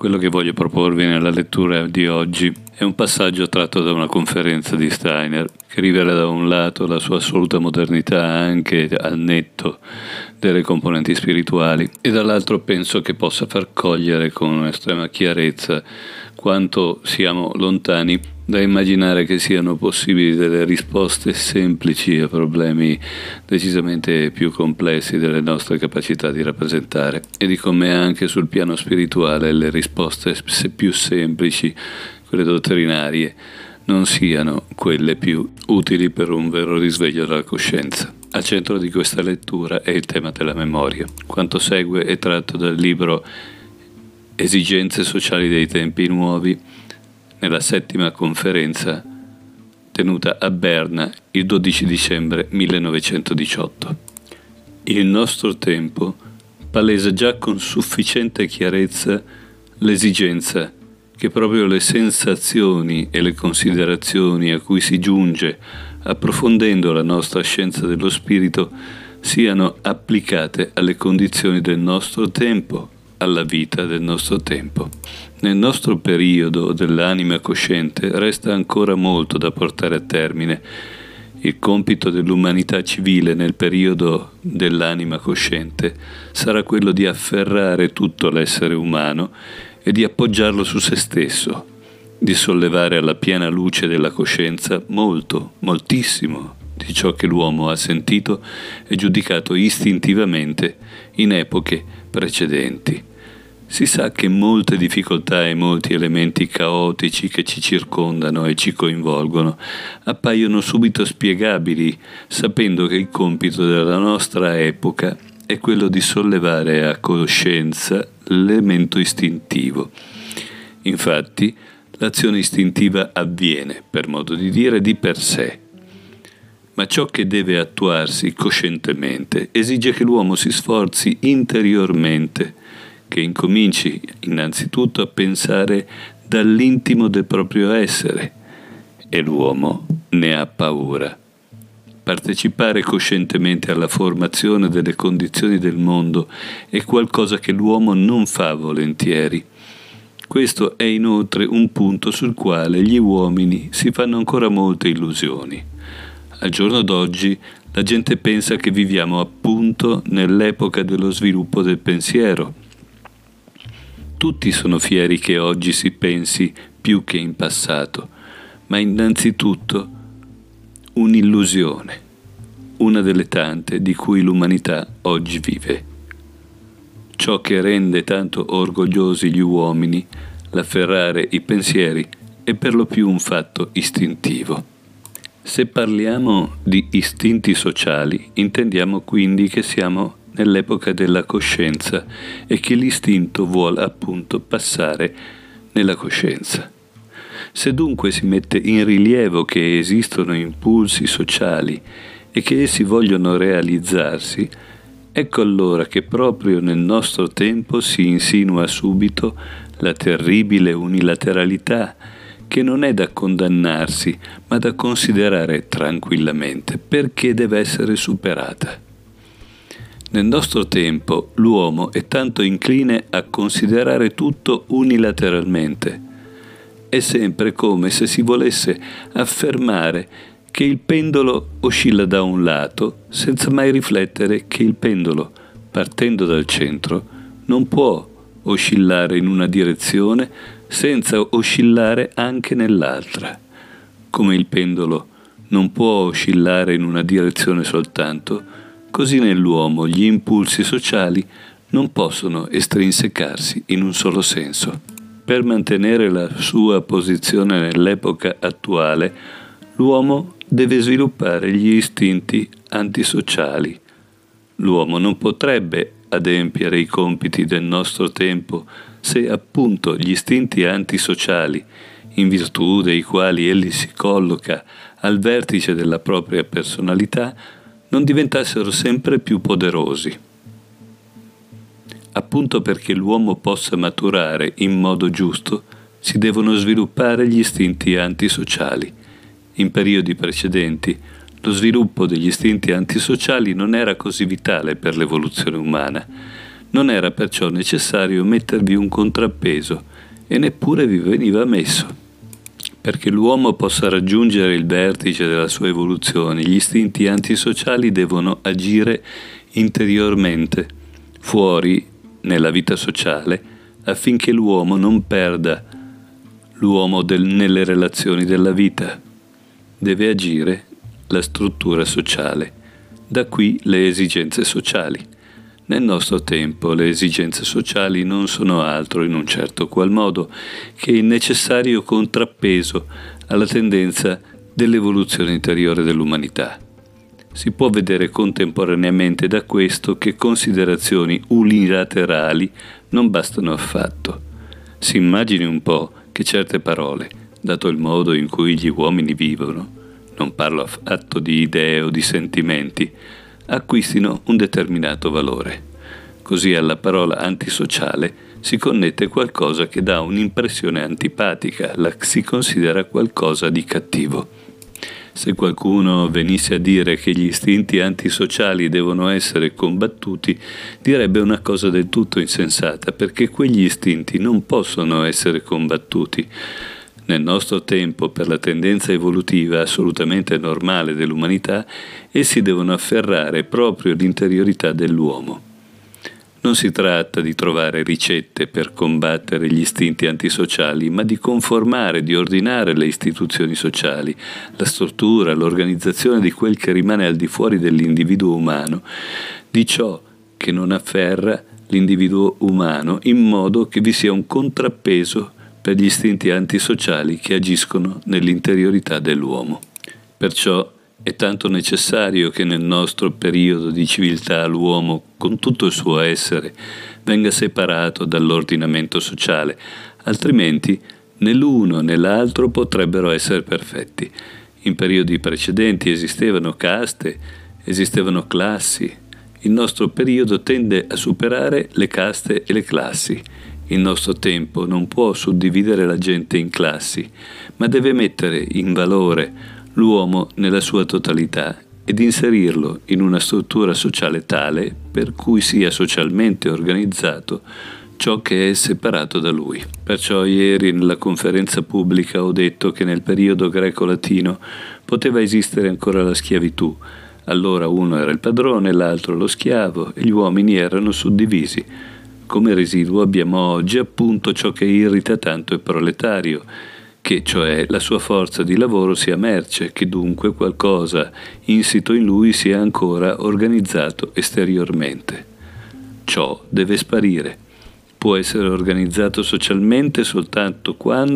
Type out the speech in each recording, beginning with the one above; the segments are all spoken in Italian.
Quello che voglio proporvi nella lettura di oggi è un passaggio tratto da una conferenza di Steiner, che rivela da un lato la sua assoluta modernità anche al netto delle componenti spirituali e dall'altro penso che possa far cogliere con estrema chiarezza quanto siamo lontani da immaginare che siano possibili delle risposte semplici a problemi decisamente più complessi delle nostre capacità di rappresentare, e di come anche sul piano spirituale le risposte più semplici, quelle dottrinarie, non siano quelle più utili per un vero risveglio della coscienza. Al centro di questa lettura è il tema della memoria. Quanto segue è tratto dal libro Esigenze sociali dei tempi nuovi, nella 7ª conferenza tenuta a Berna il 12 dicembre 1918. Il nostro tempo palesa già con sufficiente chiarezza l'esigenza che proprio le sensazioni e le considerazioni a cui si giunge approfondendo la nostra scienza dello spirito siano applicate alle condizioni del nostro tempo, alla vita del nostro tempo. Nel nostro periodo dell'anima cosciente resta ancora molto da portare a termine. Il compito dell'umanità civile nel periodo dell'anima cosciente sarà quello di afferrare tutto l'essere umano e di appoggiarlo su se stesso, di sollevare alla piena luce della coscienza moltissimo di ciò che l'uomo ha sentito e giudicato istintivamente in epoche precedenti. Si sa che molte difficoltà e molti elementi caotici che ci circondano e ci coinvolgono appaiono subito spiegabili, sapendo che il compito della nostra epoca è quello di sollevare a coscienza l'elemento istintivo. Infatti, l'azione istintiva avviene, per modo di dire, di per sé. Ma ciò che deve attuarsi coscientemente esige che l'uomo si sforzi interiormente, che incominci innanzitutto a pensare dall'intimo del proprio essere, e l'uomo ne ha paura. Partecipare coscientemente alla formazione delle condizioni del mondo è qualcosa che l'uomo non fa volentieri. Questo è inoltre un punto sul quale gli uomini si fanno ancora molte illusioni. Al giorno d'oggi la gente pensa che viviamo appunto nell'epoca dello sviluppo del pensiero. Tutti sono fieri che oggi si pensi più che in passato, ma innanzitutto un'illusione, una delle tante di cui l'umanità oggi vive. Ciò che rende tanto orgogliosi gli uomini, l'afferrare i pensieri, è per lo più un fatto istintivo. Se parliamo di istinti sociali, intendiamo quindi che siamo nell'epoca della coscienza e che l'istinto vuole appunto passare nella coscienza. Se dunque si mette in rilievo che esistono impulsi sociali e che essi vogliono realizzarsi, ecco allora che proprio nel nostro tempo si insinua subito la terribile unilateralità, che non è da condannarsi, ma da considerare tranquillamente, perché deve essere superata. Nel nostro tempo l'uomo è tanto incline a considerare tutto unilateralmente. È sempre come se si volesse affermare che il pendolo oscilla da un lato senza mai riflettere che il pendolo, partendo dal centro, non può oscillare in una direzione senza oscillare anche nell'altra. Come il pendolo non può oscillare in una direzione soltanto, così nell'uomo gli impulsi sociali non possono estrinsecarsi in un solo senso. Per mantenere la sua posizione nell'epoca attuale, l'uomo deve sviluppare gli istinti antisociali. L'uomo non potrebbe adempiere i compiti del nostro tempo se appunto gli istinti antisociali, in virtù dei quali egli si colloca al vertice della propria personalità, non diventassero sempre più poderosi. Appunto perché l'uomo possa maturare in modo giusto, si devono sviluppare gli istinti antisociali. In periodi precedenti, lo sviluppo degli istinti antisociali non era così vitale per l'evoluzione umana. Non era perciò necessario mettervi un contrappeso, e neppure vi veniva messo. Perché l'uomo possa raggiungere il vertice della sua evoluzione, gli istinti antisociali devono agire interiormente, fuori, nella vita sociale, affinché l'uomo non perda l'uomo nelle relazioni della vita. Deve agire la struttura sociale. Da qui le esigenze sociali. Nel nostro tempo le esigenze sociali non sono altro, in un certo qual modo, che il necessario contrappeso alla tendenza dell'evoluzione interiore dell'umanità. Si può vedere contemporaneamente da questo che considerazioni unilaterali non bastano affatto. Si immagini un po' che certe parole, dato il modo in cui gli uomini vivono, non parlo affatto di idee o di sentimenti, acquistino un determinato valore. Così alla parola antisociale si connette qualcosa che dà un'impressione antipatica, la si considera qualcosa di cattivo. Se qualcuno venisse a dire che gli istinti antisociali devono essere combattuti, direbbe una cosa del tutto insensata, perché quegli istinti non possono essere combattuti. Nel nostro tempo, per la tendenza evolutiva assolutamente normale dell'umanità, essi devono afferrare proprio l'interiorità dell'uomo. Non si tratta di trovare ricette per combattere gli istinti antisociali, ma di conformare, di ordinare le istituzioni sociali, la struttura, l'organizzazione di quel che rimane al di fuori dell'individuo umano, di ciò che non afferra l'individuo umano, in modo che vi sia un contrappeso per gli istinti antisociali che agiscono nell'interiorità dell'uomo. Perciò è tanto necessario che nel nostro periodo di civiltà l'uomo, con tutto il suo essere, venga separato dall'ordinamento sociale, altrimenti né l'uno né l'altro potrebbero essere perfetti. In periodi precedenti esistevano caste, esistevano classi. Il nostro periodo tende a superare le caste e le classi. Il nostro tempo non può suddividere la gente in classi, ma deve mettere in valore l'uomo nella sua totalità ed inserirlo in una struttura sociale tale per cui sia socialmente organizzato ciò che è separato da lui. Perciò ieri nella conferenza pubblica ho detto che nel periodo greco-latino poteva esistere ancora la schiavitù. Allora uno era il padrone, l'altro lo schiavo e gli uomini erano suddivisi. Come residuo abbiamo oggi appunto ciò che irrita tanto il proletario, che cioè la sua forza di lavoro sia merce, che dunque qualcosa insito in lui sia ancora organizzato esteriormente. Ciò deve sparire. Può essere organizzato socialmente soltanto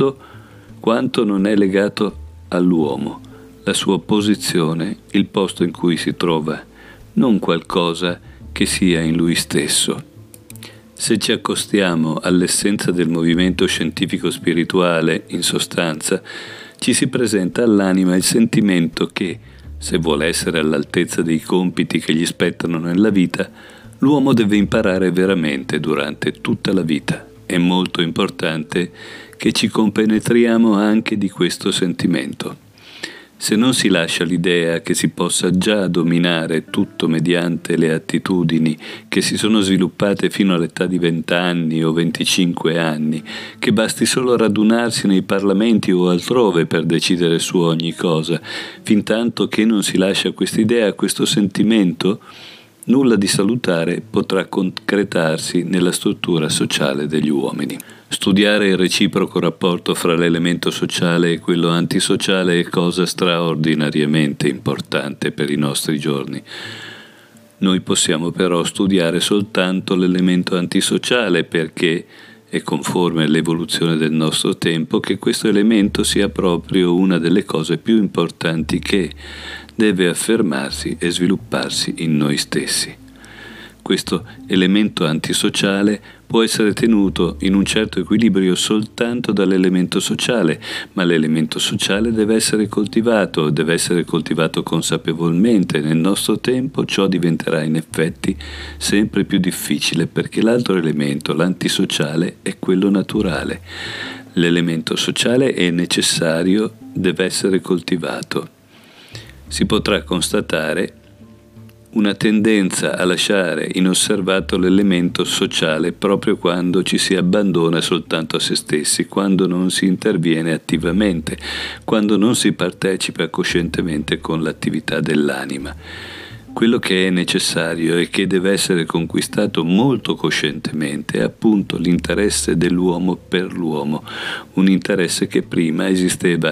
quanto non è legato all'uomo, la sua posizione, il posto in cui si trova, non qualcosa che sia in lui stesso. Se ci accostiamo all'essenza del movimento scientifico-spirituale, in sostanza, ci si presenta all'anima il sentimento che, se vuole essere all'altezza dei compiti che gli spettano nella vita, l'uomo deve imparare veramente durante tutta la vita. È molto importante che ci compenetriamo anche di questo sentimento. Se non si lascia l'idea che si possa già dominare tutto mediante le attitudini che si sono sviluppate fino all'età di 20 anni o 25 anni, che basti solo radunarsi nei parlamenti o altrove per decidere su ogni cosa, fintanto che non si lascia quest'idea, questo sentimento, nulla di salutare potrà concretarsi nella struttura sociale degli uomini. Studiare il reciproco rapporto fra l'elemento sociale e quello antisociale è cosa straordinariamente importante per i nostri giorni. Noi possiamo però studiare soltanto l'elemento antisociale perché è conforme all'evoluzione del nostro tempo che questo elemento sia proprio una delle cose più importanti che deve affermarsi e svilupparsi in noi stessi. Questo elemento antisociale può essere tenuto in un certo equilibrio soltanto dall'elemento sociale, ma l'elemento sociale deve essere coltivato consapevolmente. Nel nostro tempo ciò diventerà in effetti sempre più difficile perché l'altro elemento, l'antisociale, è quello naturale. L'elemento sociale è necessario, deve essere coltivato. Si potrà constatare una tendenza a lasciare inosservato l'elemento sociale proprio quando ci si abbandona soltanto a se stessi, quando non si interviene attivamente, quando non si partecipa coscientemente con l'attività dell'anima. Quello che è necessario e che deve essere conquistato molto coscientemente è appunto l'interesse dell'uomo per l'uomo, un interesse che prima esisteva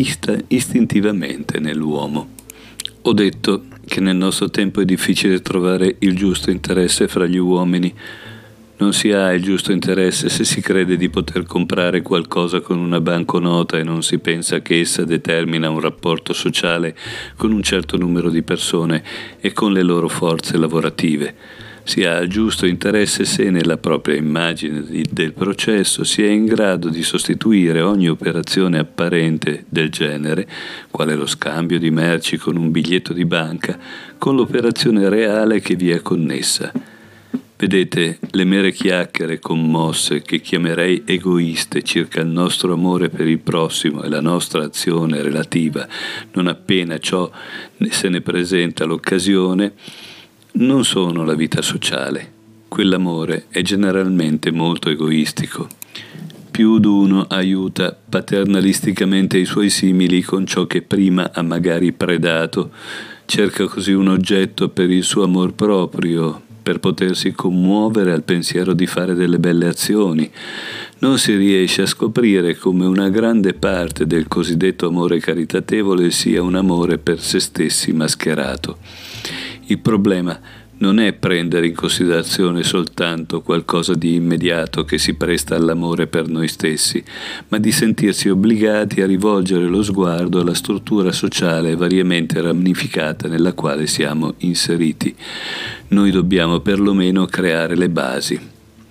istintivamente nell'uomo. Ho detto che nel nostro tempo è difficile trovare il giusto interesse fra gli uomini. Non si ha il giusto interesse se si crede di poter comprare qualcosa con una banconota e non si pensa che essa determina un rapporto sociale con un certo numero di persone e con le loro forze lavorative. Si ha il giusto interesse se nella propria immagine del processo si è in grado di sostituire ogni operazione apparente del genere, quale lo scambio di merci con un biglietto di banca, con l'operazione reale che vi è connessa. Vedete, le mere chiacchiere commosse che chiamerei egoiste circa il nostro amore per il prossimo e la nostra azione relativa, non appena ciò se ne presenta l'occasione, non sono la vita sociale. Quell'amore è generalmente molto egoistico. Più d'uno aiuta paternalisticamente i suoi simili con ciò che prima ha magari predato, cerca così un oggetto per il suo amor proprio, per potersi commuovere al pensiero di fare delle belle azioni. Non si riesce a scoprire come una grande parte del cosiddetto amore caritatevole sia un amore per se stessi mascherato. Il problema non è prendere in considerazione soltanto qualcosa di immediato che si presta all'amore per noi stessi, ma di sentirsi obbligati a rivolgere lo sguardo alla struttura sociale variamente ramificata nella quale siamo inseriti. Noi dobbiamo perlomeno creare le basi.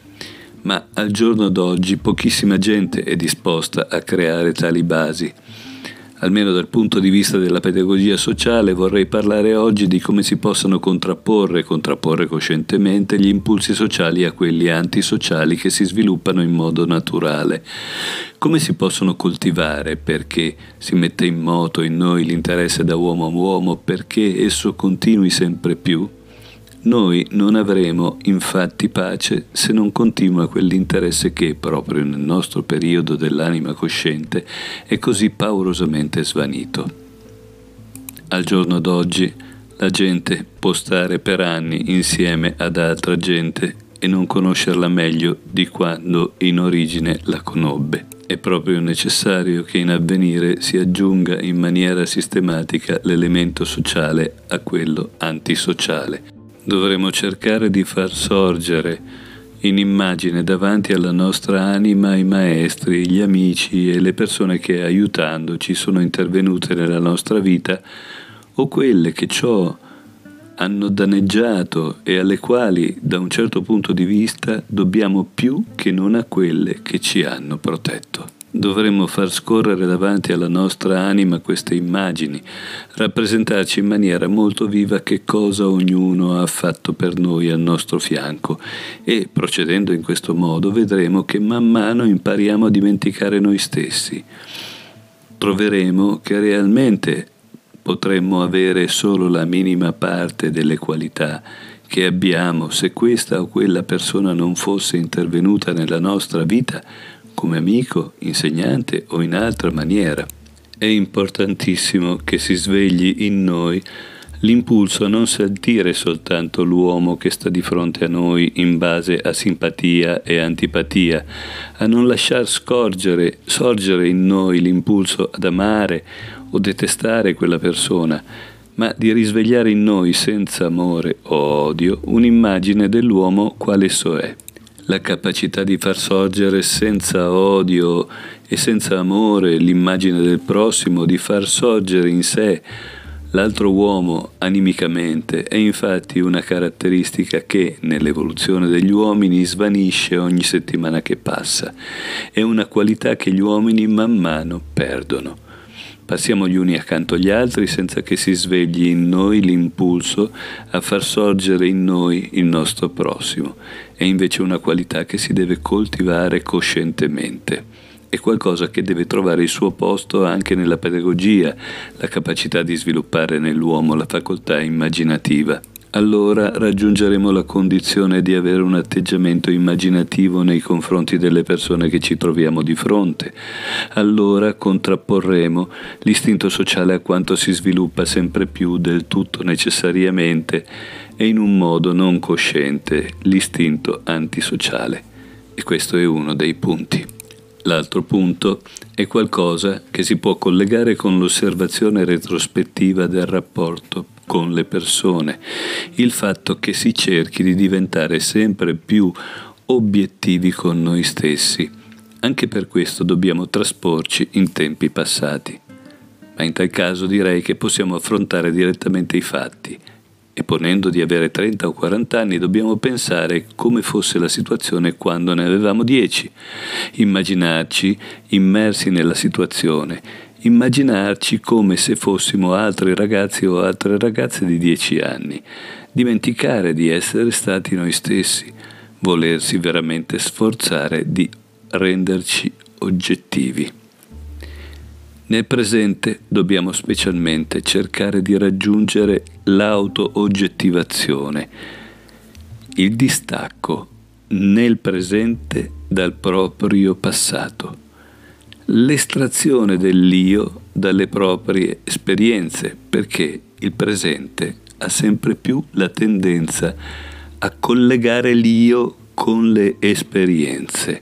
Ma al giorno d'oggi pochissima gente è disposta a creare tali basi. Almeno dal punto di vista della pedagogia sociale vorrei parlare oggi di come si possano contrapporre coscientemente gli impulsi sociali a quelli antisociali che si sviluppano in modo naturale. Come si possono coltivare perché si metta in moto in noi l'interesse da uomo a uomo, perché esso continui sempre più? Noi non avremo infatti pace se non continua quell'interesse che, proprio nel nostro periodo dell'anima cosciente, è così paurosamente svanito. Al giorno d'oggi la gente può stare per anni insieme ad altra gente e non conoscerla meglio di quando in origine la conobbe. È proprio necessario che in avvenire si aggiunga in maniera sistematica l'elemento sociale a quello antisociale. Dovremo cercare di far sorgere in immagine davanti alla nostra anima i maestri, gli amici e le persone che aiutandoci sono intervenute nella nostra vita o quelle che ciò hanno danneggiato e alle quali da un certo punto di vista dobbiamo più che non a quelle che ci hanno protetto. Dovremmo far scorrere davanti alla nostra anima queste immagini, rappresentarci in maniera molto viva che cosa ognuno ha fatto per noi al nostro fianco e, procedendo in questo modo, vedremo che man mano impariamo a dimenticare noi stessi. Troveremo che realmente potremmo avere solo la minima parte delle qualità che abbiamo se questa o quella persona non fosse intervenuta nella nostra vita come amico, insegnante o in altra maniera. È importantissimo che si svegli in noi l'impulso a non sentire soltanto l'uomo che sta di fronte a noi in base a simpatia e antipatia, a non lasciar sorgere in noi l'impulso ad amare o detestare quella persona, ma di risvegliare in noi senza amore o odio un'immagine dell'uomo quale esso è. La capacità di far sorgere senza odio e senza amore l'immagine del prossimo, di far sorgere in sé l'altro uomo animicamente, è infatti una caratteristica che nell'evoluzione degli uomini svanisce ogni settimana che passa. È una qualità che gli uomini man mano perdono. Passiamo gli uni accanto agli altri senza che si svegli in noi l'impulso a far sorgere in noi il nostro prossimo. È invece una qualità che si deve coltivare coscientemente. È qualcosa che deve trovare il suo posto anche nella pedagogia, la capacità di sviluppare nell'uomo la facoltà immaginativa. allora raggiungeremo la condizione di avere un atteggiamento immaginativo nei confronti delle persone che ci troviamo di fronte. Allora contrapporremo l'istinto sociale a quanto si sviluppa sempre più, del tutto necessariamente e in un modo non cosciente, l'istinto antisociale. E questo è uno dei punti. L'altro punto è qualcosa che si può collegare con l'osservazione retrospettiva del rapporto con le persone, il fatto che si cerchi di diventare sempre più obiettivi con noi stessi. Anche per questo dobbiamo trasporci in tempi passati. Ma in tal caso direi che possiamo affrontare direttamente i fatti e, ponendo di avere 30 o 40 anni, dobbiamo pensare come fosse la situazione quando ne avevamo 10, immaginarci immersi nella situazione, immaginarci come se fossimo altri ragazzi o altre ragazze di 10 anni, dimenticare di essere stati noi stessi, volersi veramente sforzare di renderci oggettivi. Nel presente dobbiamo specialmente cercare di raggiungere l'auto-oggettivazione, il distacco nel presente dal proprio passato, l'estrazione dell'io dalle proprie esperienze, perché il presente ha sempre più la tendenza a collegare l'io con le esperienze.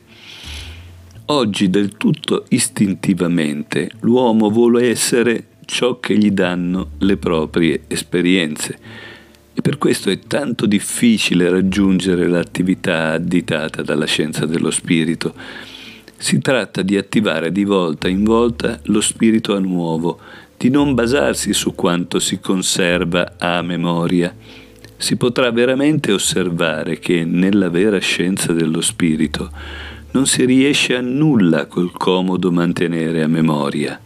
Oggi del tutto istintivamente l'uomo vuole essere ciò che gli danno le proprie esperienze e per questo è tanto difficile raggiungere l'attività additata dalla scienza dello spirito. Si tratta di attivare di volta in volta lo spirito a nuovo, di non basarsi su quanto si conserva a memoria. Si potrà veramente osservare che nella vera scienza dello spirito non si riesce a nulla col comodo mantenere a memoria.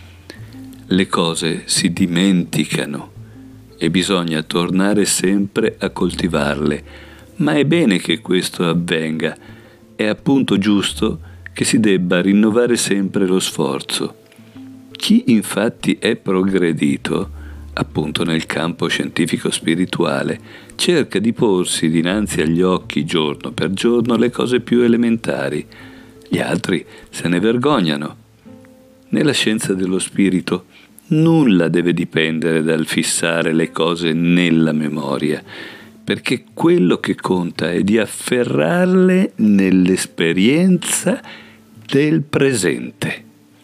Le cose si dimenticano e bisogna tornare sempre a coltivarle, ma è bene che questo avvenga. È appunto giusto che si debba rinnovare sempre lo sforzo. Chi infatti è progredito, appunto nel campo scientifico-spirituale, cerca di porsi dinanzi agli occhi giorno per giorno le cose più elementari. Gli altri se ne vergognano. Nella scienza dello spirito nulla deve dipendere dal fissare le cose nella memoria, perché quello che conta è di afferrarle nell'esperienza del presente.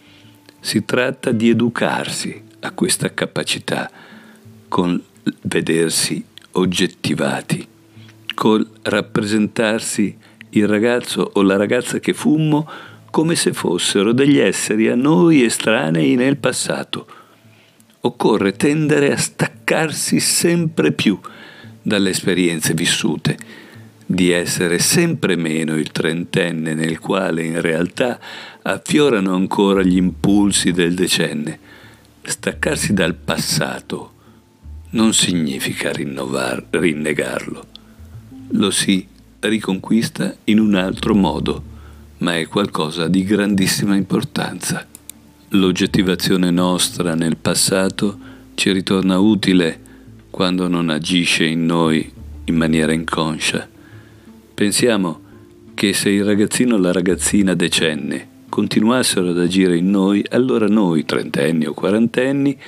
Si tratta di educarsi a questa capacità con vedersi oggettivati, col rappresentarsi il ragazzo o la ragazza che fummo come se fossero degli esseri a noi estranei nel passato. Occorre tendere a staccarsi sempre più dalle esperienze vissute, di essere sempre meno il trentenne nel quale in realtà affiorano ancora gli impulsi del decenne. Staccarsi dal passato non significa rinnegarlo. Lo si riconquista in un altro modo, ma è qualcosa di grandissima importanza. L'oggettivazione nostra nel passato ci ritorna utile quando non agisce in noi in maniera inconscia. Pensiamo che se il ragazzino o la ragazzina decenne continuassero ad agire in noi, allora noi, trentenni o quarantenni,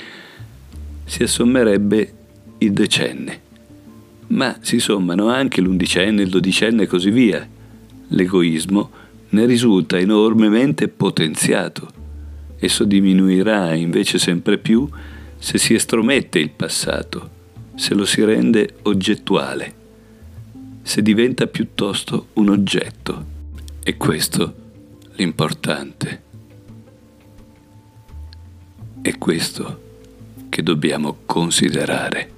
si assommerebbe il decenne. Ma si sommano anche l'undicenne, il dodicenne e così via. L'egoismo ne risulta enormemente potenziato. Esso diminuirà invece sempre più se si estromette il passato, se lo si rende oggettuale, se diventa piuttosto un oggetto. E questo l'importante. È questo che dobbiamo considerare.